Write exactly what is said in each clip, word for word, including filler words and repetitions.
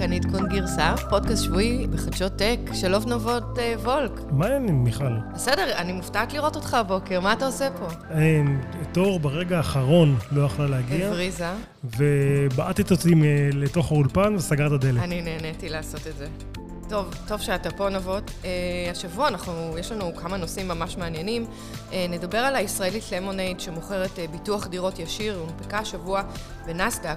כאן עדכון גרסה, פודקאסט שבועי בחדשות טק של אוף נבות וולק. מה העניינים, מיכל? בסדר, אני מופתעת לראות אותך הבוקר, מה אתה עושה פה? תור ברגע האחרון לא יכלה להגיע. הבריזה. ובעטת אותי לתוך האולפן וסגרת הדלת. אני נהניתי לעשות את זה. טוב, טוב שאתה פה נבות. Uh, השבוע אנחנו, יש לנו כמה נושאים ממש מעניינים. Uh, נדבר על הישראלית למונייד שמוכרת uh, ביטוח דירות ישיר, הונפקה השבוע בנסדק,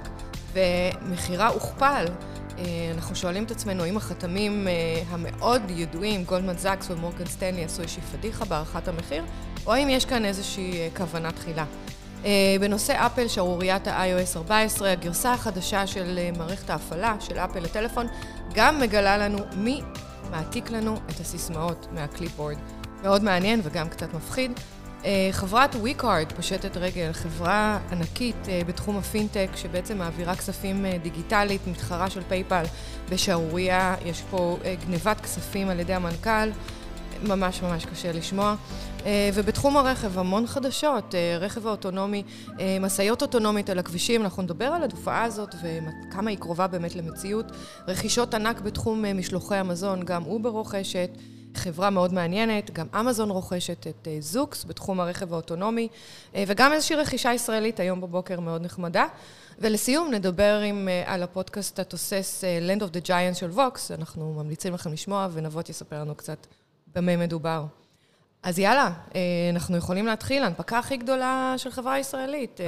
ומחירה הוכפל. Uh, אנחנו שואלים את עצמנו אם החתמים uh, המאוד ידועים, גולדמן זאקס ומורגן סטנלי עשו איזושהי פדיחה בהערכת המחיר, או אם יש כאן איזושהי uh, כוונה תחילה. Uh, בנושא אפל, שערוריית ה-איי או אס ארבע עשרה, הגרסה החדשה של uh, מערכת ההפעלה של אפל לטלפון, גם מגלה לנו מי מעתיק לנו את הסיסמאות מהקליפבורד. מאוד מעניין וגם קצת מפחיד. Uh, חברת WeCard פושטת רגל, חברה ענקית uh, בתחום הפינטק, שבעצם מעבירה כספים uh, דיגיטלית, מתחרה של פייפל בשערוריה. יש פה uh, גניבת כספים על ידי המנכ"ל, ממש ממש קשה לשמוע. ובתחום הרכב, המון חדשות, רכב האוטונומי, מסעיות אוטונומית על הכבישים, אנחנו נדבר על התופעה הזאת וכמה היא קרובה באמת למציאות. רכישות ענק בתחום משלוחי המזון, גם אובר רוכשת, חברה מאוד מעניינת, גם אמזון רוכשת את זוקס בתחום הרכב האוטונומי, וגם איזושהי רכישה ישראלית היום בבוקר מאוד נחמדה. ולסיום נדבר עם, על הפודקאסט התוסס Land of the Giants של ווקס, אנחנו ממליצים לכם לשמוע ונבות יספר לנו קצת במה מדובר. אז יאללה, אנחנו יכולים להתחיל, ההנפקה הכי גדולה של חברה ישראלית.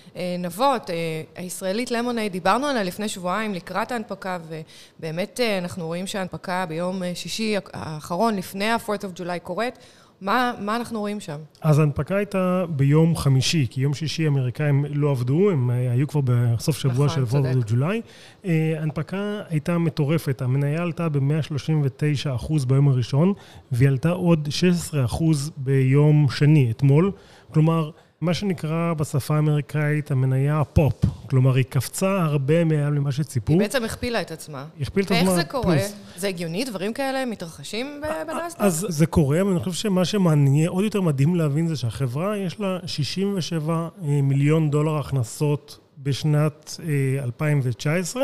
נבות, הישראלית למונייד, דיברנו עליה לפני שבועיים לקראת ההנפקה, ובאמת אנחנו רואים שההנפקה ביום שישי האחרון, לפני ה-פורת' אוף ג'ולי קורית. מה, מה אנחנו רואים שם? אז ההנפקה הייתה ביום חמישי, כי יום שישי האמריקאים לא עבדו, הם היו כבר בסוף שבוע נכון, של פורת' אוף ג'ולי. ההנפקה הייתה מטורפת, המניה עלתה ב-מאה שלושים ותשעה אחוז ביום הראשון, והיא עלתה עוד שש עשרה אחוז ביום שני, אתמול. כלומר, מה שנקרא בשפה האמריקאית המניה פופ, כלומר היא קפצה הרבה מעל למה שציפו. היא בעצם הכפילה את עצמה. היא הכפילה את עצמה ואיך זה קורה? פלוס. זה הגיוני? דברים כאלה מתרחשים בנסדק? אז זה קורה, אבל אני חושב שמה שמעניין, עוד יותר מדהים להבין זה שהחברה יש לה שישים ושבעה מיליון דולר הכנסות בשנת אלפיים תשע עשרה,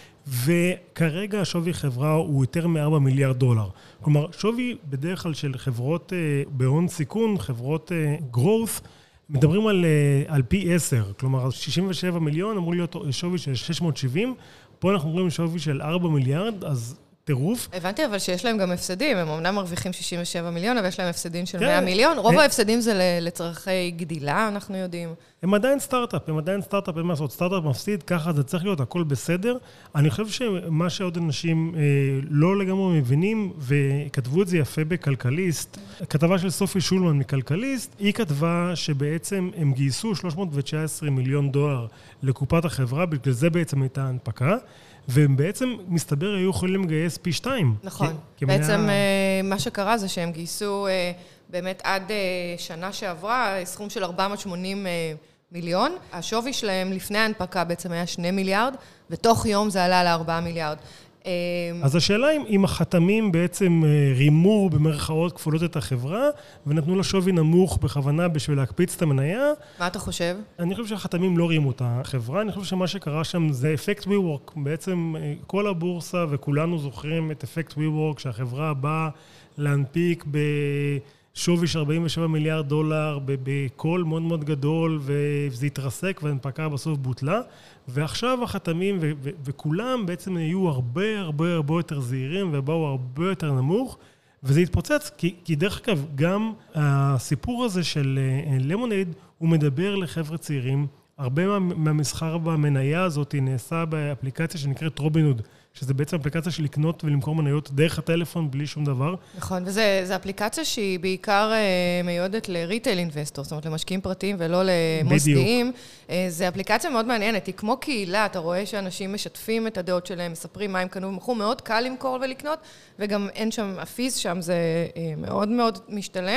וכרגע השווי חברה הוא יותר מ-ארבעה מיליארד דולר. כלומר, שווי בדרך כלל של חברות בהון סיכון, חברות growth, מדברים על, על פי עשר, כלומר, שישים ושבעה מיליון אמור להיות שווי של שש מאות שבעים, פה אנחנו אומרים שווי של ארבעה מיליארד, אז טירוף. הבנתי אבל שיש להם גם הפסדים, הם אמנם מרוויחים שישים ושבעה מיליון, אבל יש להם הפסדים של מאה מיליון, רוב ההפסדים זה לצרכי גדילה, אנחנו יודעים. הם עדיין סטארט-אפ, הם עדיין סטארט-אפ, הם לעשות סטארט-אפ מפסיד, ככה זה צריך להיות, הכל בסדר. אני חושב שמה שעוד אנשים אה, לא לגמרי מבינים, וכתבו את זה יפה בכלכליסט, הכתבה של סופי שולמן מכלכליסט, היא כתבה שבעצם הם גייסו שלוש מאות תשע עשרה מיליון דולר לקופת החברה, בגלל זה בעצם הייתה הנפקה, והם בעצם, מסתבר, היו יכולים לגייס פי שתיים. נכון. כי, בעצם כי מה שקרה זה שהם גייסו באמת עד שנה שעברה, סכום של ארבע מאות ושמונים מיליון. השווי שלהם לפני ההנפקה בעצם היה שני מיליארד, ותוך יום זה עלה לארבעה מיליארד. אז השאלה אם, אם החתמים בעצם רימו במרכאות כפולות את החברה, ונתנו לה שווי נמוך בכוונה בשביל להקפיץ את המניה. מה אתה חושב? אני חושב שהחתמים לא רימו את החברה, אני חושב שמה שקרה שם זה אפקט WeWork. בעצם כל הבורסה וכולנו זוכרים את אפקט WeWork, שהחברה באה להנפיק בשווי של ארבעים ושבעה מיליארד דולר, בקול מאוד מאוד גדול, וזה התרסק וההנפקה בסוף בוטלה. ועכשיו החתמים ו- ו- וכולם בעצם היו הרבה הרבה הרבה יותר זהירים ובאו הרבה יותר נמוך, וזה התפוצץ, כי, כי דרך אגב, גם הסיפור הזה של למונייד, הוא מדבר לחבר'ה צעירים, הרבה מה, מהמסחר במניה הזאת נעשה באפליקציה שנקראת רובינהוד, שזה בעצם אפליקציה של לקנות ולמכור מניות דרך הטלפון בלי שום דבר. נכון, וזו אפליקציה שהיא בעיקר מיועדת לריטייל אינבסטור, זאת אומרת למשקיעים פרטיים ולא למוסדיים. זו אפליקציה מאוד מעניינת, היא כמו קהילה, אתה רואה שאנשים משתפים את הדעות שלהם, מספרים מה הם קנו ומכרו, מאוד קל למכור ולקנות, וגם אין שם, הפיז שם זה מאוד מאוד משתלם.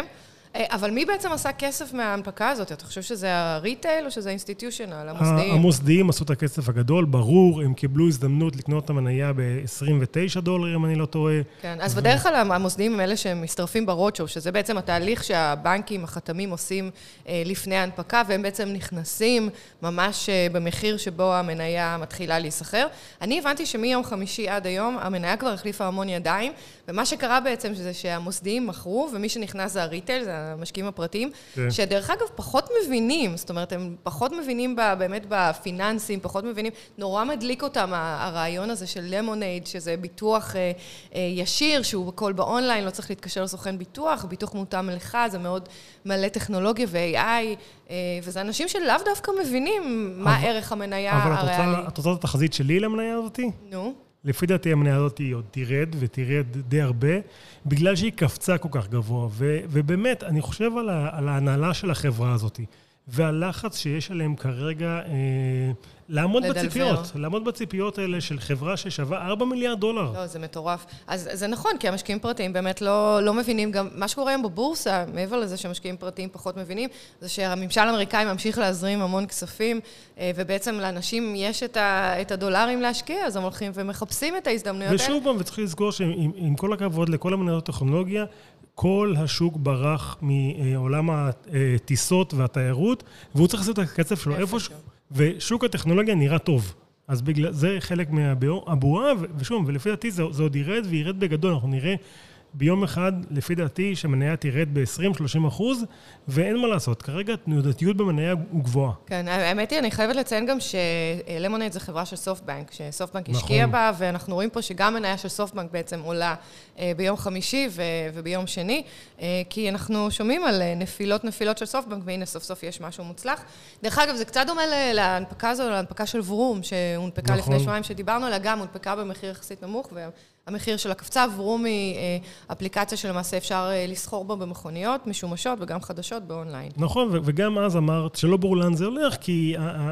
אבל מי בעצם עשה כסף מההנפקה הזאת? אתה חושב שזה הריטייל או שזה האינסטיטיושנל, המוסדיים? המוסדיים עשו את הכסף הגדול, ברור, הם קיבלו הזדמנות לקנות את המניה ב-עשרים ותשעה דולר, אם אני לא טועה. כן, אז בדרך כלל המוסדיים הם אלה שהם מצטרפים ברודשו, שזה בעצם התהליך שהבנקים, החתמים עושים לפני ההנפקה, והם בעצם נכנסים ממש במחיר שבו המניה מתחילה להיסחר. אני הבנתי שמיום חמישי עד היום, המניה כבר החליפה המון ידיים, ומה שקרה בעצם זה שהמוסדיים מכרו, ומי שנכנס זה הריטייל, זה המשקיעים הפרטיים, כן. שדרך אגב פחות מבינים, זאת אומרת, הם פחות מבינים ב, באמת בפיננסים, פחות מבינים, נורא מדליק אותם הרעיון הזה של למונייד, שזה ביטוח אה, אה, ישיר, שהוא הכל באונליין, לא צריך להתקשר לסוכן ביטוח, ביטוח מותאם לך, זה מאוד מלא טכנולוגיה ו-איי איי, אה, וזה אנשים שלאו דווקא מבינים מה אבל, ערך המניה הריאלי. אבל את רוצה את התחזית שלי למניה הזאת? נו. לפי דעתי המניה הזאת היא עוד תירד, ותירד די הרבה, בגלל שהיא קפצה כל כך גבוה. ו- ובאמת, אני חושב על, ה- על ההנהלה של החברה הזאת, והלחץ שיש עליהם כרגע אה, לעמוד לדלבר. בציפיות, לעמוד בציפיות האלה של חברה ששווה ארבעה מיליארד דולר. לא, זה מטורף. אז זה נכון, כי המשקיעים פרטיים באמת לא, לא מבינים גם, מה שקורה היום בבורסה, מעבר לזה שהמשקיעים פרטיים פחות מבינים, זה שהממשל האמריקאי ממשיך להזרים המון כספים, ובעצם לאנשים יש את, ה, את הדולרים להשקיע, אז הם הולכים ומחפשים את ההזדמנויות האלה. ושוב פעם, וצריך לזכור שעם עם כל הכבוד לכל המניות הטכנולוגיה, כל השוק ברח מעולם הטיסות והתיירות, והוא צריך לעשות את הקצב שלו איפשהו. ושוק הטכנולוגיה נראה טוב. אז בגלל זה חלק מהבועה, ושוב, ולפי דעתי זה, זה עוד ירד וירד בגדול. אנחנו נראה ביום אחד, לפי דעתי, שהמניה תירד ב-עשרים שלושים אחוז, ואין מה לעשות. כרגע תנודתיות במניה הוא גבוהה. כן, האמת היא, אני חייבת לציין גם שלמונייד זה חברה של סופטבנק, שסופטבנק השקיע בה, ואנחנו רואים פה שגם מניה של סופטבנק בעצם עולה ביום חמישי וביום שני, כי אנחנו שומעים על נפילות נפילות של סופטבנק, והנה סוף סוף יש משהו מוצלח. דרך אגב, זה קצת דומה להנפקה הזו, להנפקה של ורום, שהונפקה לפני שבועיים שדיברנו עליה, גם הונפקה במחיר יחסית נמוך, המחיר של הקפצה, ורום היא אפליקציה שלמעשה אפשר לסחור בה במכוניות, משומשות וגם חדשות באונליין. נכון, וגם אז אמרת שלא ברור לאן זה הולך, כי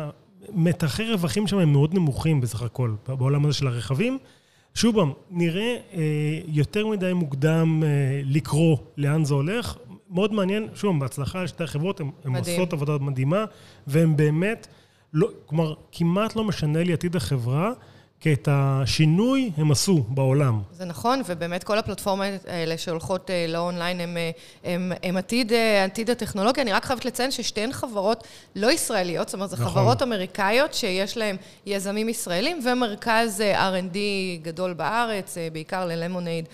מתחי רווחים שם הם מאוד נמוכים בסך הכל, בעולם הזה של הרכבים. שוב פעם, נראה יותר מדי מוקדם לקרוא לאן זה הולך. מאוד מעניין, שוב, בהצלחה שתי החברות, הן עושות עבודה מדהימה, והן באמת, לא, כלומר, כמעט לא משנה לי עתיד החברה, כי את השינוי הם עשו בעולם. זה נכון, ובאמת כל הפלטפורמות האלה שהולכות לאונליין הם, הם, הם עתיד, עתיד הטכנולוגיה. אני רק חייבת לציין ששתיהן חברות לא ישראליות, זאת אומרת, זה נכון. חברות אמריקאיות שיש להן יזמים ישראלים, ומרכז אר אנד די גדול בארץ, בעיקר ללמונייד,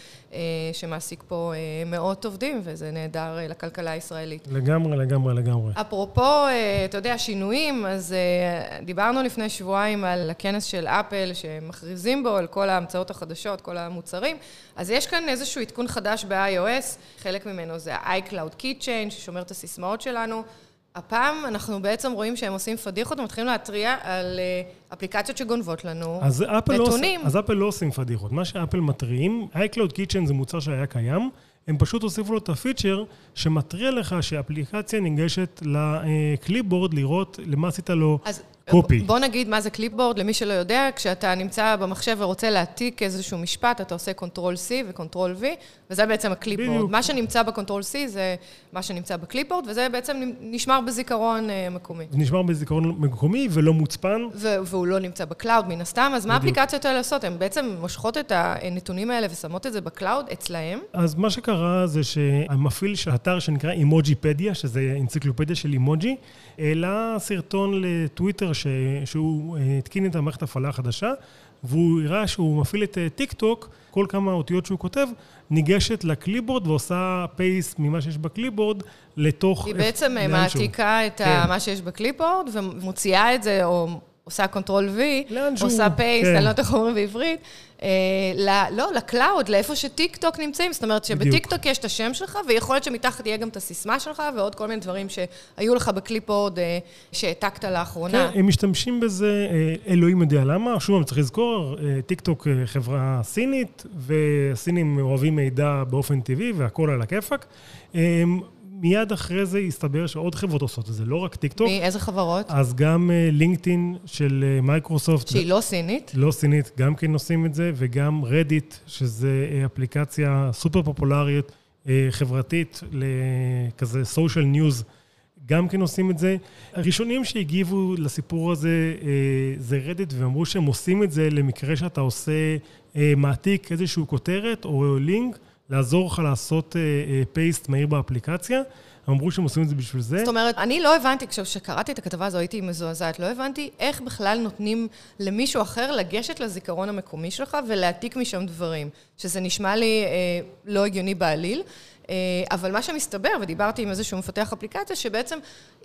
שמעסיק פה מאות עובדים, וזה נהדר לכלכלה הישראלית. לגמרי, לגמרי, לגמרי. אפרופו, אתה יודע, שינויים, אז דיברנו לפני שבועיים על הכנס של אפל, שמכריזים בו על כל ההמצאות החדשות, כל המוצרים, אז יש כאן איזשהו עדכון חדש ב-iOS, חלק ממנו זה ה-iCloud Keychain, ששומר את הסיסמאות שלנו. הפעם אנחנו בעצם רואים שהם עושים פדיחות, הם מתחילים להתריע על אפליקציות שגונבות לנו אז נתונים. אז אפל לא עושים פדיחות. מה שאפל מטריעים, iCloud Keychain זה מוצר שהיה קיים, הם פשוט הוסיפו לו את הפיצ'ר שמטריע לך שאפליקציה ניגשת לקליפבורד לראות למה עשית לו קופי. בוא נגיד מה זה קליפבורד, למי שלא יודע, כשאתה נמצא במחשב ורוצה להעתיק איזשהו משפט, אתה עושה קונטרול סי וקונטרול וי, וזה בעצם הקליפבורד. מה שנמצא בקונטרול סי זה מה שנמצא בקליפבורד, וזה בעצם נשמר בזיכרון מקומי. נשמר בזיכרון מקומי ולא מוצפן. והוא לא נמצא בקלאוד מן הסתם, אז מה האפליקציות האלה עושות? הן בעצם מושכות את הנתונים האלה ושמות את זה בקלאוד אצלהם. אז מה שקרה זה שהמפעיל של אתר שנקרא אימוג'יפדיה, שזה אנציקלופדיה של אימוג'י, העלה סרטון לטוויטר שהוא התקין את המערכת הפעלה החדשה, והוא הראה שהוא מפעיל את טיק טוק, כל כמה אותיות שהוא כותב, ניגשת לקליפבורד ועושה פייס ממה שיש בקליפבורד לתוך... היא בעצם מעתיקה את מה שיש בקליפבורד ומוציאה את זה, או עושה קונטרול וי, עושה פייס, אני לא יודעת איך אומרים בעברית, לא, לקלאוד, לאיפה שטיק טוק נמצאים, זאת אומרת שבטיק טוק יש את השם שלך, ויכול להיות שמתחת יהיה גם את הסיסמה שלך, ועוד כל מיני דברים שהיו לך בקליפבורד שהעתקת לאחרונה. כן, הם משתמשים בזה, אלוהים יודע למה, שוב, צריך לזכור, טיק טוק חברה סינית, והסינים אוהבים מידע באופן טבעי, והכל על הכיפק. מיד אחרי זה הסתבר שעוד חברות עושות את זה, לא רק טיק טוק. מאיזה חברות? אז גם לינקדאין של מייקרוסופט. שהיא לא סינית? לא סינית, גם כן עושים את זה, וגם רדיט, שזה אפליקציה סופר פופולרית, חברתית לכזה social news, גם כן עושים את זה. הראשונים שהגיבו לסיפור הזה זה רדיט, ואמרו שהם עושים את זה למקרה שאתה עושה מעתיק איזשהו כותרת או לינק, לעזור לך לעשות פייסט מהיר באפליקציה. אמרו שהם עושים את זה בשביל זה. זאת אומרת, אני לא הבנתי, כשקראתי את הכתבה הזו, הייתי מזועזעת, לא הבנתי איך בכלל נותנים למישהו אחר לגשת לזיכרון המקומי שלך ולהעתיק משם דברים, שזה נשמע לי אה, לא הגיוני בעליל. אבל מה שמסתבר, ודיברתי עם איזשהו מפתח אפליקציה, שבעצם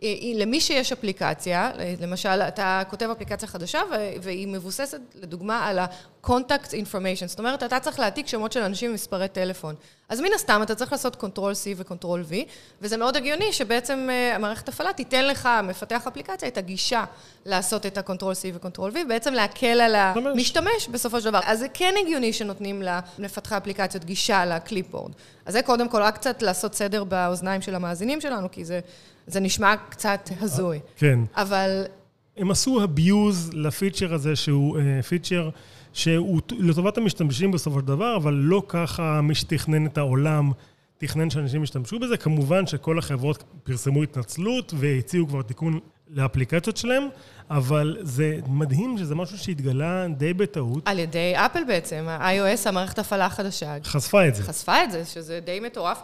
למי שיש אפליקציה, למשל, אתה כותב אפליקציה חדשה, והיא מבוססת, לדוגמה, על ה-contact information. זאת אומרת, אתה צריך להעתיק שמות של אנשים ומספרי טלפון. אז מן הסתם, אתה צריך לעשות Ctrl-C ו-Ctrl-V, וזה מאוד הגיוני שבעצם המערכת הפעלה תיתן לך, מפתח אפליקציה, את הגישה לעשות את ה-Ctrl-C ו-Ctrl-V, בעצם להקל על המשתמש בסופו של דבר. אז זה כן הגיוני שנותנים למפתחי אפליקציות גישה לקליפבורד. אז זה קודם כל רק קצת לעשות סדר באוזניים של המאזינים שלנו, כי זה, זה נשמע קצת הזוי. כן. אבל... הם עשו abuse לפיצ'ר הזה, שהוא פיצ'ר שהוא לטובת המשתמשים בסופו של דבר, אבל לא ככה מי שתכנן את העולם, תכנן שאנשים ישתמשו בזה. כמובן שכל החברות פרסמו התנצלות והציעו כבר תיקון לאפליקציות שלהם, אבל זה מדהים שזה משהו שהתגלה די בטעות. על ידי אפל בעצם, ה-iOS, המערכת הפעלה החדשה. חשפה את זה. חשפה את זה, שזה די מטורף.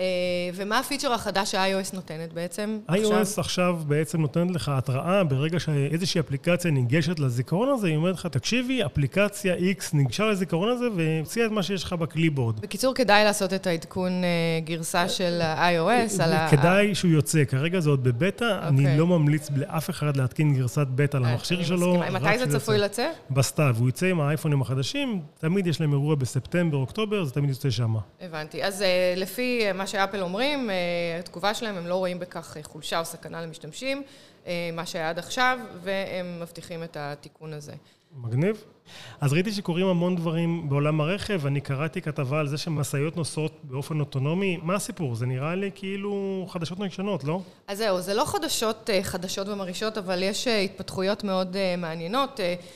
ומה הפיצ'ר החדש שה-iOS נותנת בעצם? iOS עכשיו בעצם נותנת לך התראה, ברגע שאיזושהי אפליקציה ניגשת לזיכרון הזה, היא אומרת לך, תקשיבי, אפליקציה X ניגשה לזיכרון הזה, והמציאה את מה שיש לך בקליפבורד. בקיצור, כדאי לעשות את העדכון גרסה של ה-iOS. כדאי שהוא יוצא, כרגע זה עוד בבטא, אני לא ממליץ לאף אחד להתקין גרסת בטא למכשיר שלו. מתי זה צפוי לצאת? בסתיו, הוא יצא עם האייפונים החדשים, תמיד יש להם אירוע בספטמבר, אוקטובר, זה תמיד יוצא שם. הבנתי. אז לפי מה שאפל אומרים, התגובה שלהם, הם לא רואים בכך חולשה או סכנה למשתמשים, מה שהיה עד עכשיו, והם מבטיחים את התיקון הזה. מגניב. אז ראיתי שקוראים המון דברים בעולם הרכב, אני קראתי כתבה על זה שמסעיות נוסעות באופן אוטונומי. מה הסיפור? זה נראה לי כאילו חדשות נגשנות, לא? אז זהו, זה לא חדשות חדשות ומרישות, אבל יש התפתחויות מאוד מעניינות.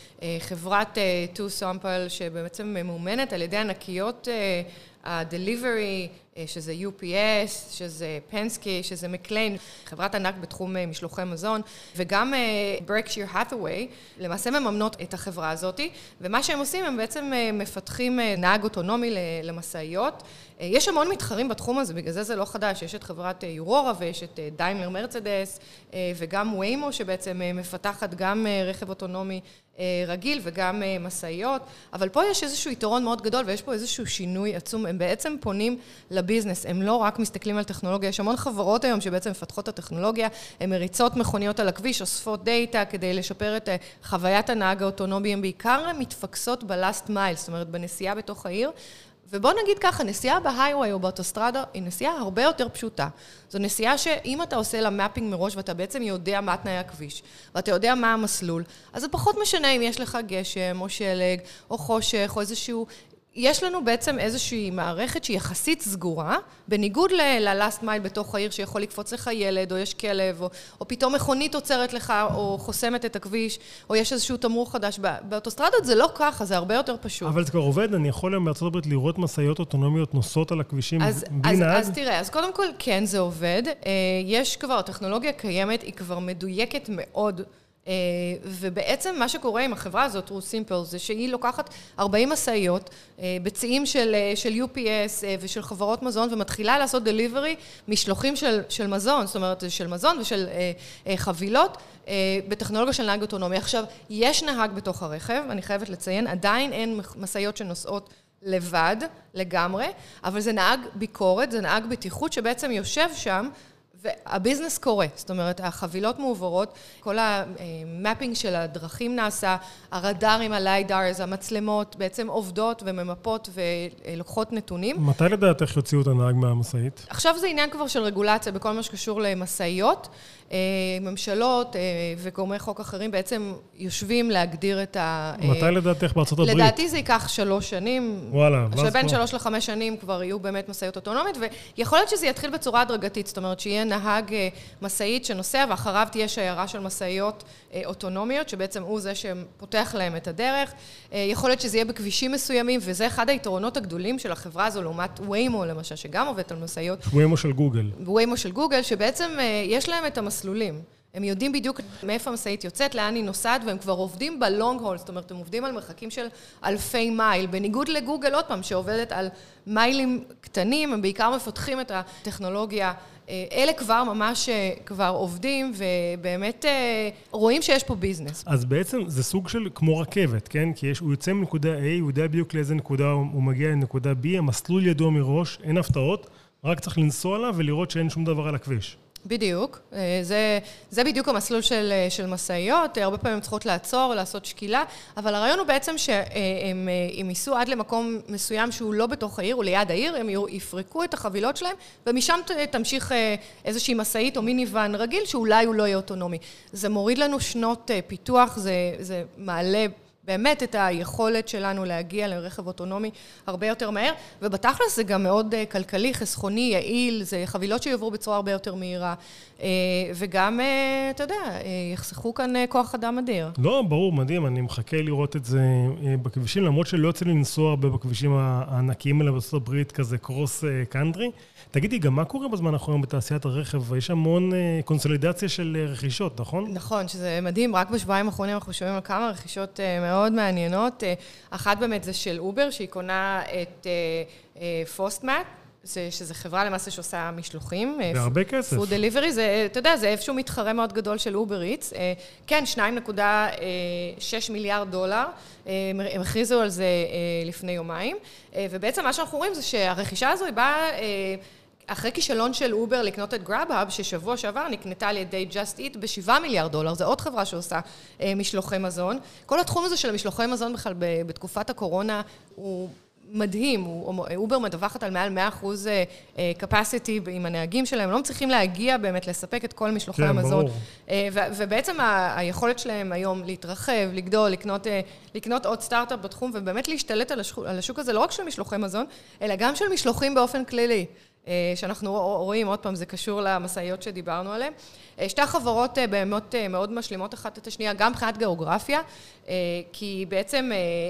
חברת two sample שבעצם ממומנת על ידי ענקיות ה-delivery, שזה יו פי אס, שזה פנסקי, שזה מקליין, חברת ענק בתחום משלוחי מזון, וגם Berkshire Hathaway, למעשה מממנות את החברה הזאת, ומה שהם עושים, הם בעצם מפתחים נהג אוטונומי למסעיות. יש המון מתחרים בתחום הזה, בגלל זה זה לא חדש, יש את חברת יורורה ויש את דיימלר מרצדס, וגם ויימו שבעצם מפתחת גם רכב אוטונומי רגיל וגם מסעיות, אבל פה יש איזשהו יתרון מאוד גדול ויש פה איזשהו שינוי עצום, הם בעצם פונים לביזנס, הם לא רק מסתכלים על טכנולוגיה, יש המון חברות היום שבעצם מפתחות את הטכנולוגיה, הן מריצות מכוניות על הכביש, אוספות דאטה כדי לשפר את חוויית הנהג האוטונומי, הן בעיקר מתפקסות בלאסט מייל, זאת אומרת בנסיעה בתוך העיר, ובוא נגיד ככה, נסיעה בהייווי או באוטוסטרדה היא נסיעה הרבה יותר פשוטה. זו נסיעה שאם אתה עושה לה מאפינג מראש ואתה בעצם יודע מה תנאי הכביש, ואתה יודע מה המסלול, אז זה פחות משנה אם יש לך גשם או שלג או חושך או איזשהו... יש לנו בעצם איזושהי מערכת שהיא יחסית סגורה, בניגוד ל-last mile בתוך העיר שיכול לקפוץ לך ילד, או יש כלב, או, או פתאום מכונית עוצרת לך, או חוסמת את הכביש, או יש איזשהו תמרור חדש. באוטוסטרדות זה לא ככה, זה הרבה יותר פשוט. אבל זה כבר עובד, אני יכול היום בארצות הברית לראות מסעיות אוטונומיות נוסעות על הכבישים בלי נהג? אז תראה, אז קודם כל כן זה עובד. יש כבר, הטכנולוגיה קיימת, היא כבר מדויקת מאוד, ובעצם מה שקורה עם החברה הזאת, טרו סימפל, זה שהיא לוקחת ארבעים מסעיות בציים של, של יו פי אס ושל חברות מזון, ומתחילה לעשות דליברי משלוחים של, של מזון, זאת אומרת, של מזון ושל חבילות, בטכנולוגיה של נהג אוטונומי. עכשיו, יש נהג בתוך הרכב, אני חייבת לציין, עדיין אין מסעיות שנוסעות לבד, לגמרי, אבל זה נהג ביקורת, זה נהג בטיחות שבעצם יושב שם, והביזנס קורה, זאת אומרת, החבילות מעוברות, כל המאפינג של הדרכים נעשה, הרדארים, הליידארס, המצלמות, בעצם עובדות וממפות ולוקחות נתונים. מתי לדעת איך יוציאו את הנהג מהמסעית? עכשיו זה עניין כבר של רגולציה בכל מה שקשור למסעיות. ממשלות וגורמי חוק אחרים בעצם יושבים להגדיר את ה... מתי לדעת איך בארצות הברית? לדעתי זה ייקח שלוש שנים. וואלה. שבין שלוש לחמש שנים כבר יהיו באמת מסעיות אוטונומית, ויכול להיות שזה יתחיל בצורה הדרגתית, זאת אומרת שיהיה נהג מסעית שנוסע, ואחריו תהיה שיירה של מסעיות אוטונומיות, שבעצם הוא זה שפותח להם את הדרך. יכול להיות שזה יהיה בכבישים מסוימים, וזה אחד היתרונות הגדולים של החברה הזו, לעומת ויימו, למשל, שגם עובדת על מסעיות. ויימו של גוגל. ויימו של גוגל, שבעצם יש להם את המסלולים. הם יודעים בדיוק מאיפה המסעית יוצאת, לאן היא נוסעת, והם כבר עובדים בלונג הול, זאת אומרת, הם עובדים על מרחקים של אלפי מייל, בניגוד לגוגל, עוד פעם, שעובדת על מיילים קטנים, הם בעיקר מפתחים את הטכנולוגיה. אלה כבר ממש כבר עובדים, ובאמת רואים שיש פה ביזנס. אז בעצם זה סוג של כמו רכבת, כן? כי יש, הוא יוצא מנקודה A, הוא יודע בדיוק לאיזה נקודה הוא מגיע לנקודה B, המסלול ידוע מראש, אין הפתעות, רק צריך לנסוע עליו ולראות שאין שום דבר על הכביש. בדיוק. זה, זה בדיוק המסלול של, של מסעיות. הרבה פעמים צריכות לעצור, לעשות שקילה, אבל הרעיון הוא בעצם שהם הם ייסעו עד למקום מסוים שהוא לא בתוך העיר, הוא ליד העיר, הם יפרקו את החבילות שלהם, ומשם תמשיך איזושהי מסעית או מיניוון רגיל, שאולי הוא לא יהיה אוטונומי. זה מוריד לנו שנות פיתוח, זה, זה מעלה באמת את היכולת שלנו להגיע לרכב אוטונומי הרבה יותר מהר, ובתכלס זה גם מאוד כלכלי, חסכוני, יעיל, זה חבילות שיעברו בצורה הרבה יותר מהירה, וגם, אתה יודע, יחסכו כאן כוח אדם אדיר. לא, ברור, מדהים, אני מחכה לראות את זה בכבישים, למרות שלא יוצא לי לנסוע הרבה בכבישים הענקיים האלה בארצות הברית, כזה קרוס קאנטרי. תגידי, גם מה קורה בזמן האחרון בתעשיית הרכב? יש המון קונסולידציה של רכישות, נכון? נכון, שזה מדהים. רק בשבועיים האחרונים אנחנו שומעים על כמה רכישות מאוד מעניינות. אחת באמת זה של אובר, שהיא קונה את פוסטמט, שזה חברה למעשה שעושה משלוחים. והרבה כסף. פוד דליברי, זה, אתה יודע, זה איפשהו מתחרה מאוד גדול של אובר איטס. כן, שניים נקודה שש מיליארד דולר. הם הכריזו על זה לפני יומיים. ובעצם מה שאנחנו רואים זה שהרכישה הזו היא באה אחרי כישלון של אובר לקנות את גראב-האב, ששבוע שעבר נקנתה על ידי Just Eat בשבעה מיליארד דולר, זו עוד חברה שעושה משלוחי מזון. כל התחום הזה של משלוחי מזון בכלל בתקופת הקורונה הוא מדהים, אובר מדווחת על מעל מאה אחוז capacity עם הנהגים שלהם, לא מצליחים להגיע באמת לספק את כל משלוחי כן, המזון. ברור. ובעצם היכולת שלהם היום להתרחב, לגדול, לקנות, לקנות עוד סטארט-אפ בתחום, ובאמת להשתלט על השוק, על השוק הזה, לא רק של משלוחי מזון, אלא גם של משלוחים באופן כללי. שאנחנו רואים, עוד פעם, זה קשור למסעיות שדיברנו עליהן. שתי החברות באמת מאוד משלימות אחת את השנייה, גם מבחינת גיאוגרפיה, כי בעצם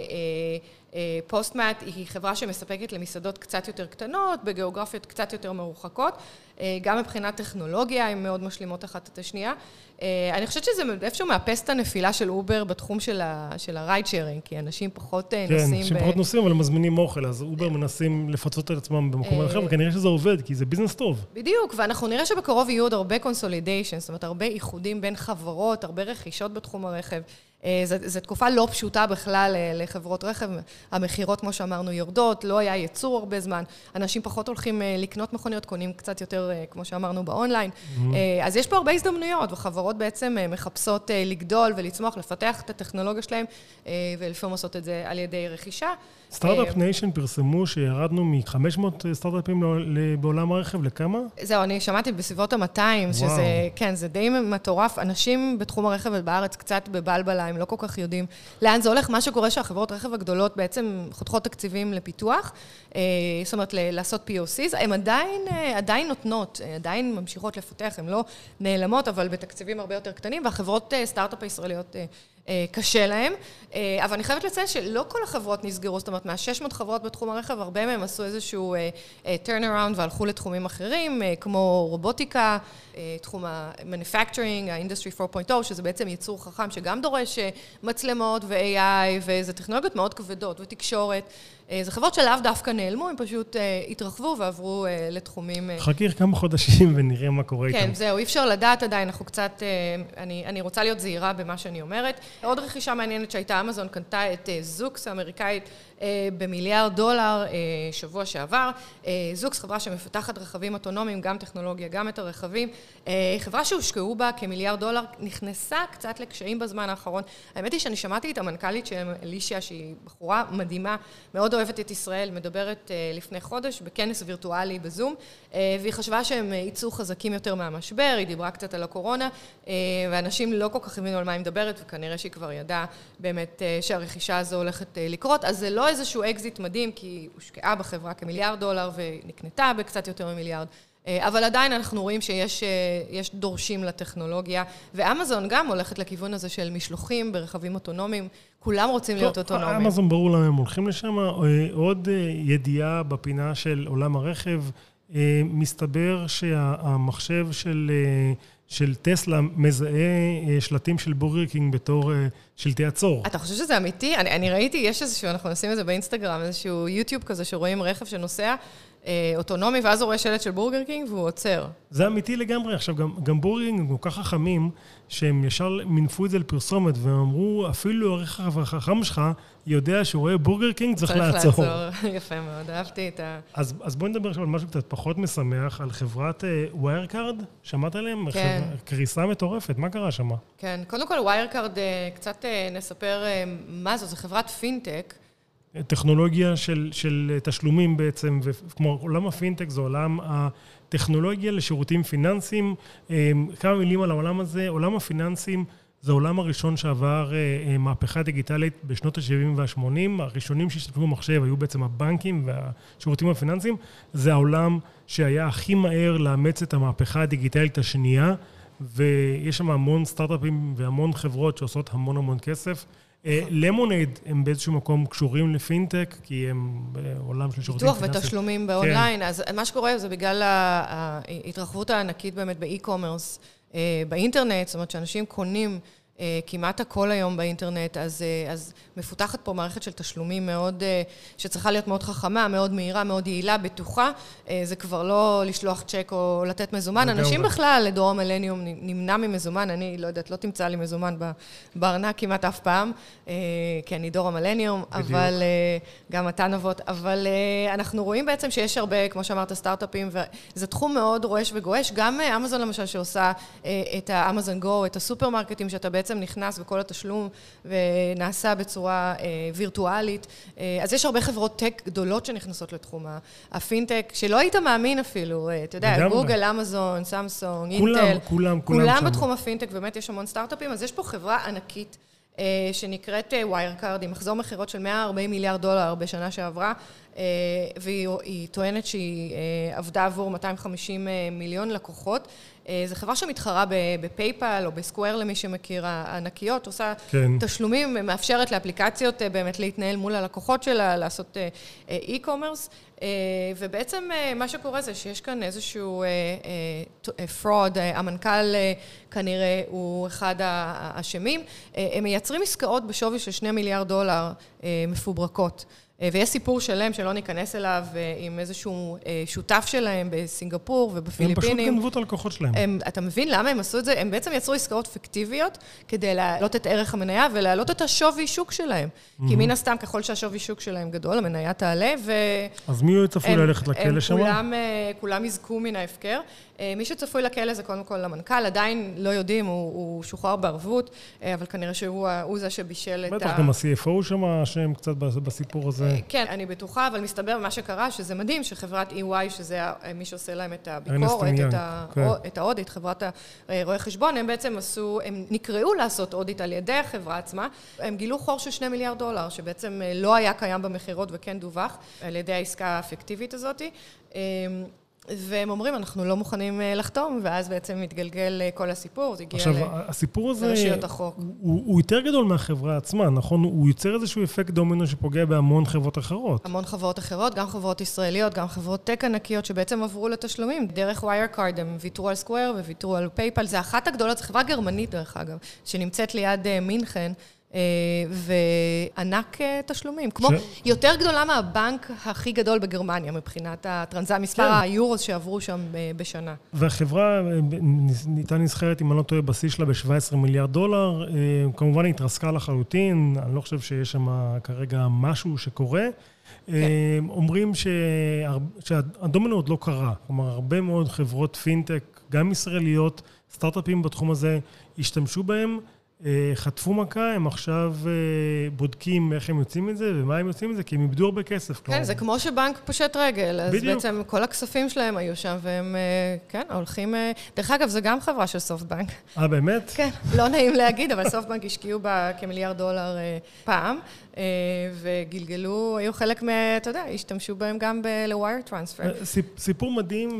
פוסטמט היא חברה שמספקת למסעדות קצת יותר קטנות, בגיאוגרפיות קצת יותר מרוחקות, גם מבחינת טכנולוגיה, הן מאוד משלימות אחת את השנייה. אני חושבת שזה איפשהו מאפס את הנפילה של אובר בתחום של הרייד שיירינג, כי אנשים פחות נוסעים. כן, אנשים פחות נוסעים, אבל מזמינים אוכל, אז אובר מנסים לפצות את עצמם במקום אחר, וכנראה שזה עובד, כי זה ביזנס טוב. בדיוק, ואנחנו נראה שבקרוב יהיו עוד הרבה קונסולידיישן, זאת אומרת, הרבה איחודים בין חברות, הרבה רכישות בתחום הרכב. זו תקופה לא פשוטה בכלל לחברות רכב, המחירות, כמו שאמרנו, יורדות, לא היה ייצור הרבה זמן, אנשים פחות הולכים לקנות מכוניות, קונים קצת יותר, כמו שאמרנו, באונליין. אז יש פה הרבה הזדמנויות, וחברות בעצם מחפשות לגדול ולצמוח, לפתח את הטכנולוגיה שלהם, ולפעמים עושות את זה על ידי רכישה. סטארט-אפ ניישן פרסמו שירדנו מ-חמש מאות סטארט-אפים בעולם הרכב, לכמה? זהו, אני שמעתי בסביבות ה-מאתיים, שזה, כן, זה די מטורף. אנשים בתחום הרכב בארץ קצת בבלבלה, הם לא כל כך יודעים לאן זה הולך. מה שקורה שהחברות רכב הגדולות בעצם חותכות תקציבים לפיתוח, זאת אומרת, לעשות פי או סי'ס, הן עדיין, עדיין נותנות, עדיין ממשיכות לפתח, הן לא נעלמות, אבל בתקציבים הרבה יותר קטנים, והחברות סטארט-אפ הישראליות קשה להם, אבל אני חייבת לציין שלא כל החברות נסגרו, זאת אומרת, מה-שש מאות חברות בתחום הרכב, הרבה מהם עשו איזשהו turnaround והלכו לתחומים אחרים, כמו רובוטיקה, תחום ה-manufacturing, ה-industry four point oh, שזה בעצם ייצור חכם שגם דורש מצלמות ו-איי איי, וזה טכנולוגיות מאוד כבדות ותקשורת. זה חברות שלאו דווקא נעלמו, הם פשוט התרחבו ועברו לתחומים... חכיר כמה חודשים ונראה מה קורה איתם. כן, זהו, אי אפשר לדעת עדיין, אנחנו קצת... אני, אני רוצה להיות זהירה במה שאני אומרת. עוד רכישה מעניינת שהייתה אמזון, קנתה את זוקס האמריקאית במיליארד דולר שבוע שעבר. זוקס, חברה שמפתחת רכבים אוטונומיים, גם טכנולוגיה, גם את הרכבים. חברה שהושקעו בה כמיליארד דולר, נכנסה קצת לקשיים בזמן האחרון. האמת היא שאני שמעתי את המנכ"לית של אלישיה, שהיא בחורה מדהימה, מאוד אוהבת את ישראל, מדברת לפני חודש בכנס וירטואלי בזום, והיא חשבה שהם ייצאו חזקים יותר מהמשבר, היא דיברה קצת על הקורונה, ואנשים לא כל כך הבינו על מה היא מדברת, וכנראה שהיא כבר ידעה באמת שהרכישה הזו הולכת לקרות. אז זה לא איזשהו אקזיט מדהים, כי היא הושקעה בחברה כמיליארד דולר ונקנתה בקצת יותר ממיליארד. אבל עדיין אנחנו רואים שיש יש דורשים לטכנולוגיה, ואמזון גם הולכת לכיוון הזה של משלוחים ברכבים אוטונומיים, כולם רוצים להיות אוטונומיים. אמזון ברור למה הם הולכים לשם. עוד ידיעה בפינה של עולם הרכב, מסתבר שהמחשב של... של טסלה מזהה שלטים של בורגר קינג בתור שלטי עצור. אתה חושב שזה אמיתי? אני, אני ראיתי, יש איזשהו, אנחנו נשים את זה באינסטגרם, איזשהו יוטיוב כזה שרואים רכב שנוסע אוטונומי, ואז הוא רואה שלט של בורגר קינג והוא עוצר. זה אמיתי לגמרי. עכשיו, גם, גם בורגר קינג הם כל כך חכמים, שהם ישר מינפו את זה לפרסומת, והם אמרו, אפילו הרכב החכם שלך יודע שהוא רואה בורגר קינג, צריך לעצור. צריך לעצור, יפה מאוד, אהבתי את ה... אז, אז בואי נדבר עכשיו על משהו קצת פחות משמח, על חברת וויירקארד, שמעת עליהם? כן. קריסה מטורפת, מה קרה שם? כן, קודם כל וויירקארד, קצת נספר מה זו, זו חברת פינטק, טכנולוגיה של, של תשלומים בעצם, וכמו עולם הפינטק זה עולם הטכנולוגיה לשירותים פיננסיים. כמה מילים על העולם הזה, עולם הפיננסים זה העולם הראשון שעבר מהפכה דיגיטלית בשנות ה-שבעים וה-שמונים, הראשונים שהשתתפו במחשב היו בעצם הבנקים והשירותים הפיננסיים, זה העולם שהיה הכי מהר לאמץ את המהפכה הדיגיטלית השנייה, ויש שם המון סטארט-אפים והמון חברות שעושות המון המון כסף. למונייד הם באיזשהו מקום קשורים לפינטק, כי הם בעולם של שירותים פיננסיים. ביטוח ותשלומים באונליין, אז מה שקורה זה בגלל ההתרחבות הענקית באמת באי-קומרס, באינטרנט, זאת אומרת שאנשים קונים כמעט הכל היום באינטרנט, אז, אז מפותחת פה מערכת של תשלומים מאוד, שצריכה להיות מאוד חכמה, מאוד מהירה, מאוד יעילה, בטוחה. זה כבר לא לשלוח צ'ק או לתת מזומן. אנשים בכלל, לדור המילניום, נמנע ממזומן. אני לא יודעת, לא תמצא לי מזומן בארנק כמעט אף פעם, כי אני דור המילניום, אבל גם אתה נבות. אבל אנחנו רואים בעצם שיש הרבה, כמו שאמרת, סטארט-אפים, וזה תחום מאוד רועש וגועש. גם אמזון למשל שעושה את האמזון גו, את הסופרמרקטים שאתה בעצם נכנס וכל התשלום ונעשה בצורה אה, וירטואלית. אה, אז יש הרבה חברות טק גדולות שנכנסות לתחום הפינטק, שלא היית מאמין אפילו, אה, אתה יודע, גוגל, אמזון, סמסונג, כולם, אינטל. כולם, כולם, כולם שם. בתחום הפינטק, באמת יש המון סטארט-אפים, אז יש פה חברה ענקית אה, שנקראת וויירקארד, עם מחזור מחירות של מאה וארבעים מיליארד דולר בשנה שעברה, אה, והיא טוענת שהיא אה, עבדה עבור מאתיים וחמישים מיליון לקוחות, זו חברה שמתחרה בפייפל או בסקוואר למי שמכיר, הענקיות, עושה כן. תשלומים, מאפשרת לאפליקציות באמת להתנהל מול הלקוחות שלה, לעשות אי-קומרס, ובעצם מה שקורה זה שיש כאן איזשהו פרוד, המנכ"ל כנראה הוא אחד האשמים, הם מייצרים עסקאות בשווי של שני מיליארד דולר מפוברקות. ויש סיפור שלם שלא ניכנס אליו עם איזשהו שותף שלהם בסינגפור ובפיליפינים. הם פשוט גנבו את הלקוחות שלהם. הם, אתה מבין למה הם עשו את זה? הם בעצם יצרו עסקאות פיקטיביות כדי להעלות את ערך המניה ולהעלות את השווי שוק שלהם. Mm-hmm. כי מן הסתם, ככל שהשווי שוק שלהם גדול, המניה תעלה ו... אז מי הוא צפוי ללכת לכלא שם? כולם, כולם יזכו מן ההפקר. מי שצפוי לכלא זה קודם כל למנכ"ל, עדיין לא יודעים, הוא, הוא שוחרר בערבות, אבל כנראה שהוא הוא זה שבישל את ה... בטח גם ה-סי אף או שם, שהם קצת בסיפור הזה. כן, אני בטוחה, אבל מסתבר מה שקרה, שזה מדהים, שחברת אי וואי, שזה מי שעושה להם את הביקורת, את, ה... כן. את האודיט, חברת הרואי חשבון, הם בעצם עשו, הם נקראו לעשות אודיט על ידי החברה עצמה, הם גילו חור של שני מיליארד דולר, שבעצם לא היה קיים במחירות וכן דווח, על ידי העסקה האפקטיבית הזאת. והם אומרים, אנחנו לא מוכנים לחתום, ואז בעצם מתגלגל כל הסיפור, זה הגיע עכשיו, הסיפור הזה, לרשויות החוק. הוא, הוא יותר גדול מהחברה עצמה, נכון? הוא יוצר איזשהו אפקט דומינו שפוגע בהמון חברות אחרות. המון חברות אחרות, גם חברות ישראליות, גם חברות טק ענקיות, שבעצם עברו לתשלומים. דרך וויירקארד, הם ויתרו על סקוואר וויתרו על פייפל, זה אחת הגדולות, זו חברה גרמנית דרך אגב, שנמצאת ליד מינכן, וענק תשלומים. כמו יותר גדולה מהבנק הכי גדול בגרמניה, מבחינת הטרנזקציה, מספר היורוס שעברו שם בשנה. והחברה ניתן נסחרת, אם אני לא טועה, בשיא שלה ב-שבעה עשר מיליארד דולר. כמובן התרסקה לחלוטין, אני לא חושב שיש שם כרגע משהו שקורה. אומרים שהדומינו עוד לא קרה. כלומר, הרבה מאוד חברות פינטק, גם ישראליות, סטארט-אפים בתחום הזה, השתמשו בהם, חטפו מכה, הם עכשיו בודקים איך הם יוצאים את זה, ומה הם יוצאים את זה, כי הם איבדו הרבה כסף. כן, זה כמו שבנק פושט רגל, אז בעצם כל הכספים שלהם היו שם, והם, כן, הולכים... דרך אגב, זה גם חברה של סופטבנק. אה, באמת? כן, לא נעים להגיד, אבל סופטבנק השקיעו בה כמיליארד דולר פעם, וגלגלו, היו חלק מה... אתה יודע, השתמשו בהם גם ל-wire transfer. סיפור מדהים,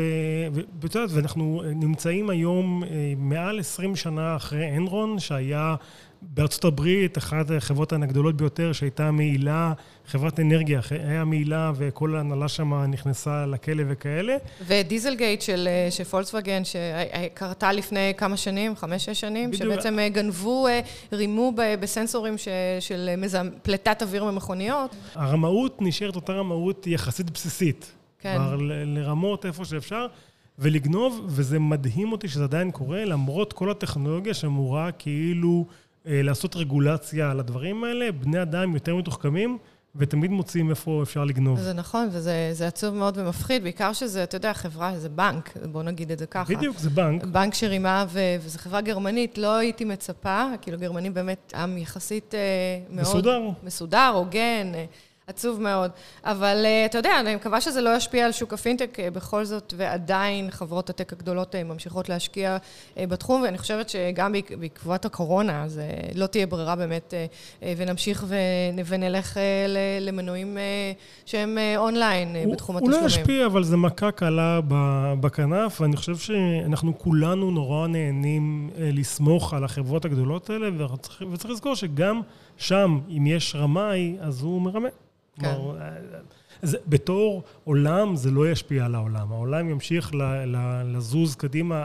ואנחנו נמצאים היום מעל עשרים שנה אחרי אנרון, שהיה בארצות הברית, אחת החברות הגדולות ביותר, שהייתה מעילה, חברת אנרגיה, היה מעילה, וכל ההנהלה שם נכנסה לכלא וכאלה. ודיזלגייט של, של פולקסווגן, שקרתה לפני כמה שנים, חמש, שש שנים, בדיוק. שבעצם גנבו, רימו בסנסורים ש, של מזם, פלטת אוויר ממכוניות. הרמאות נשארת אותה רמאות יחסית בסיסית. כן. כבר לרמות איפה שאפשר. ולגנוב, וזה מדהים אותי שזה עדיין קורה, למרות כל הטכנולוגיה שאמורה כאילו אה, לעשות רגולציה על הדברים האלה, בני אדם יותר מתוחכמים, ותמיד מוצאים איפה אפשר לגנוב. זה נכון, וזה זה עצוב מאוד ומפחיד, בעיקר שזה, אתה יודע, חברה, זה בנק, בוא נגיד את זה ככה. בדיוק, זה בנק. בנק שרימה, ו- וזו חברה גרמנית, לא הייתי מצפה, כאילו גרמנים באמת עם יחסית אה, מאוד... מסודר. מסודר, הוגן, אה, עצוב מאוד. אבל אתה יודע, אני מקווה שזה לא ישפיע על שוק הפינטק בכל זאת, ועדיין חברות הטק הגדולות ממשיכות להשקיע בתחום, ואני חושבת שגם בעקבות הקורונה, אז לא תהיה ברירה באמת, ונמשיך ונלך למנויים שהם אונליין בתחום התשלומים. הוא לא ישפיע, אבל זה מכה קלה בכנף, ואני חושב שאנחנו כולנו נורא נהנים לסמוך על החברות הגדולות האלה, וצריך לזכור שגם שם, אם יש רמאי, אז הוא מרמה. כן. זה, בתור עולם זה לא ישפיע על העולם. העולם ימשיך ל, ל, לזוז קדימה.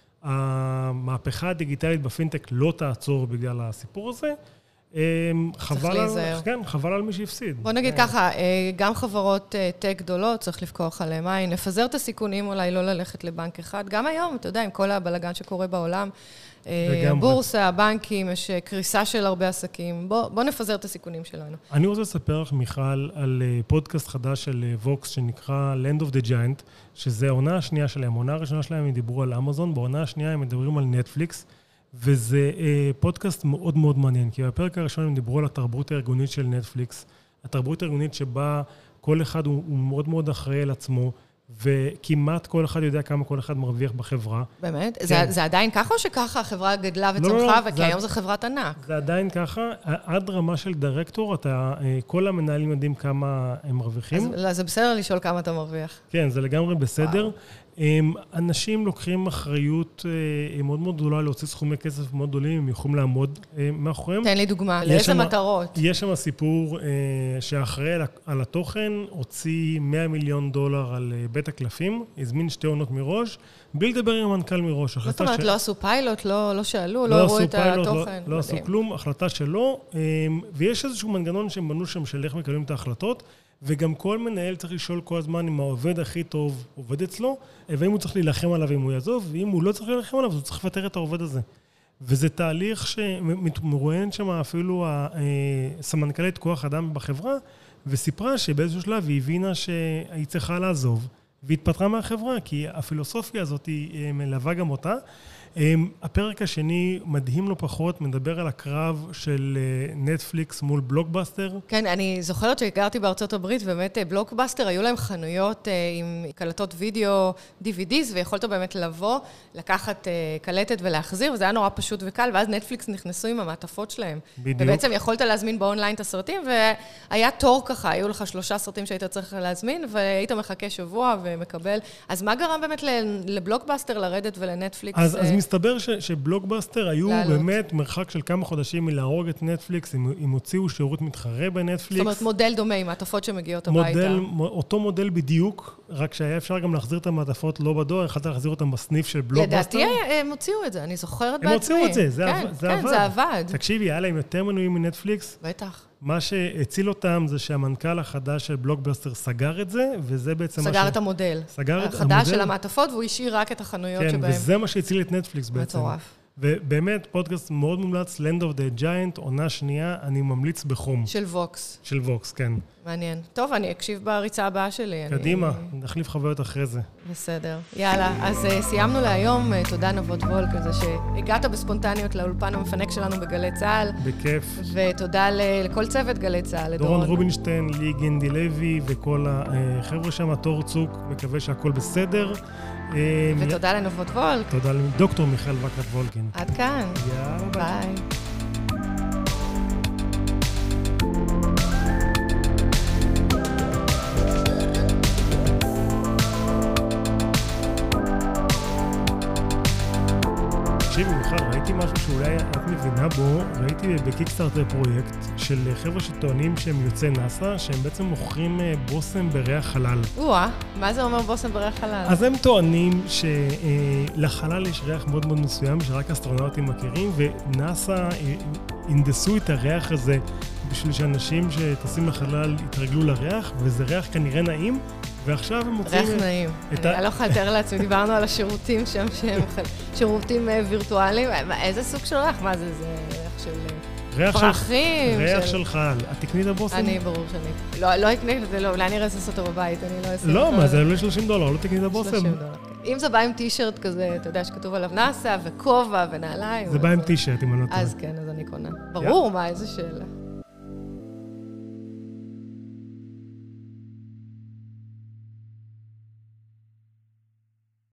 המהפכה הדיגיטלית בפינטק לא תעצור בגלל הסיפור הזה. חבל על, כן, חבל על מי שהפסיד. בוא נגיד ככה, גם חברות טק גדולות צריך לפקוח עליהם עין, נפזר את הסיכונים, אולי לא ללכת לבנק אחד. גם היום, אתה יודע, עם כל הבלגן שקורה בעולם, הבורסה, הבנקים, יש קריסה של הרבה עסקים. בוא, בוא נפזר את הסיכונים שלנו. אני רוצה לספר לך, מיכל, על פודקאסט חדש של ווקס, שנקרא Land of the Giant, שזה העונה השנייה שלהם. העונה הראשונה שלהם הם דיברו על אמזון, בעונה השנייה הם מדברים על נטפליקס, וזה פודקאסט מאוד מאוד מעניין, כי בפרק הראשון הם דיברו על התרבות הארגונית של נטפליקס, התרבות הארגונית שבה כל אחד הוא, הוא מאוד מאוד אחראי על עצמו, וכמעט כל אחד יודע כמה כל אחד מרוויח בחברה. באמת? זה, זה עדיין ככה או שככה החברה גדלה וצמחה, לא, לא, וכי היום זה חברת ענק? זה עדיין ככה, עד רמה של דירקטור, אתה, כל המנהלים יודעים כמה הם מרוויחים. אז זה בסדר לשאול כמה אתה מרוויח. כן, זה לגמרי בסדר. וואו. אנשים לוקחים אחריות מאוד מאוד גדולה להוציא סכומי כסף מאוד גדולים, הם יכולים לעמוד מאחוריהם. תן לי דוגמה, לאיזה מטרות? יש שם סיפור שאחראי על התוכן, הוציא מאה מיליון דולר על בית הקלפים, הזמין שתי עונות מראש, בלי לדבר עם המנכ"ל מראש. זאת אומרת, לא עשו פיילוט, לא שאלו, לא הראו את התוכן. לא עשו כלום, החלטה שלא, ויש איזשהו מנגנון שהם בנו שם של איך מקבלים את ההחלטות, וגם כל מנהל צריך לשאול כל הזמן אם העובד הכי טוב עובד אצלו, ואם הוא צריך להילחם עליו אם הוא יעזוב, ואם הוא לא צריך להילחם עליו, אז הוא צריך לפטר את העובד הזה. וזה תהליך שמרואיינת שם אפילו הסמנכ"לית כוח אדם בחברה, וסיפרה שבאיזשהו שלב היא הבינה שהיא צריכה לעזוב, והתפטרה מהחברה, כי הפילוסופיה הזאת היא מלווה גם אותה. הפרק השני, מדהים לא פחות, מדבר על הקרב של נטפליקס מול בלוקבאסטר. כן, אני זוכרת שהגרתי בארצות הברית, באמת בלוקבאסטר, היו להם חנויות עם קלטות וידאו, די וי דיז, ויכולת באמת לבוא, לקחת קלטת ולהחזיר, וזה היה נורא פשוט וקל, ואז נטפליקס נכנסו עם המעטפות שלהם. בדיוק. ובעצם יכולת להזמין באונליין את הסרטים, והיה תור ככה, היו לך שלושה סרטים שהיית צריך להזמין, והיית מחכה שבוע ומקבל. אז מה גרם באמת לבלוקבאסטר לרדת ולנטפליקס? אז, אז מסתבר ש, שבלוקבאסטר היו לעלות. באמת מרחק של כמה חודשים מלהרוג את נטפליקס, אם, אם הוציאו שירות מתחרה בנטפליקס. זאת אומרת, מודל דומה עם מעטפות שמגיעות הביתה. אותו מודל בדיוק, רק שהיה אפשר גם להחזיר את המעטפות לא בדואר, יכולת להחזיר אותם בסניף של בלוקבאסטר. לדעתי הם הוציאו את זה, אני זוכרת בעצמי. הם הוציאו את זה, זה, כן, זה כן, עבד. זה עבד. תקשיבי, היה להם יותר מנויים מנטפליקס. בטח. מה שהציל אותם זה שהמנכ"ל החדש של בלוקבאסטר סגר את זה, וזה בעצם סגר את המודל. סגר את המודל. החדש של המעטפות, והוא השאיר רק את החנויות כן, שבהם. וזה מה שהציל את נטפליקס בעצם. מטורף. ובאמת, פודקאסט מאוד מומלץ, Land of the Giant, עונה שנייה, אני ממליץ בחום. של ווקס. של ווקס, כן. מעניין. טוב, אני אקשיב בריצה הבאה שלי. קדימה, אני... נחליף חוויות אחרי זה. בסדר. יאללה, אז uh, סיימנו להיום. Uh, תודה נבות וולק על זה שהגעת בספונטניות לאולפן המפנק שלנו בגלי צהל. בכיף. ותודה ל- לכל צוות גלי צהל. דורון רובינשטיין, לי גנדי לוי וכל החבר'ה שם, תור צוק, מקווה שהכל בסדר. ותודה לנבות וולק. תודה לדוקטור מיכאל וקרת וולקין. עד כאן. יאללה, ביי. תקשיבי, מיכל, ראיתי משהו שאולי את מבינה בו, ראיתי בקיקסטארטר פרויקט של חבר'ה שטוענים שהם יוצאי נאסא, שהם בעצם מוכרים בושם בריח חלל. וואה, מה זה אומר בושם בריח חלל? אז הם טוענים שלחלל יש ריח מאוד מאוד מסוים, שרק אסטרונאוטים מכירים, ונאסא הנדסו את הריח הזה בשביל שאנשים שטסים לחלל יתרגלו לריח, וזה ריח כנראה נעים, ועכשיו הם מוצאים... ריח נעים. אני לא יכולה לתאר לעצמי, דיברנו על השירותים שם, שהם שירותים וירטואליים. איזה סוג של ריח? מה זה? זה ריח של פרחים? ריח של חלל. את תקני את הבושם? אני, ברור שאני. לא אקנה את זה, לא. אולי אני אראה לעשות אותו בבית, אני לא אעשה... לא, מה זה? לא שלושים דולר, לא תקני את הבושם. שלושים דולר. אם זה בא עם טישרט כזה, אתה יודע שכתוב עליו נאסא וכובע ונעליים. זה בא עם טישרט, אם אני לא טועה. אז כן, אז אני קונה. ברור, מה, איזה שאלה.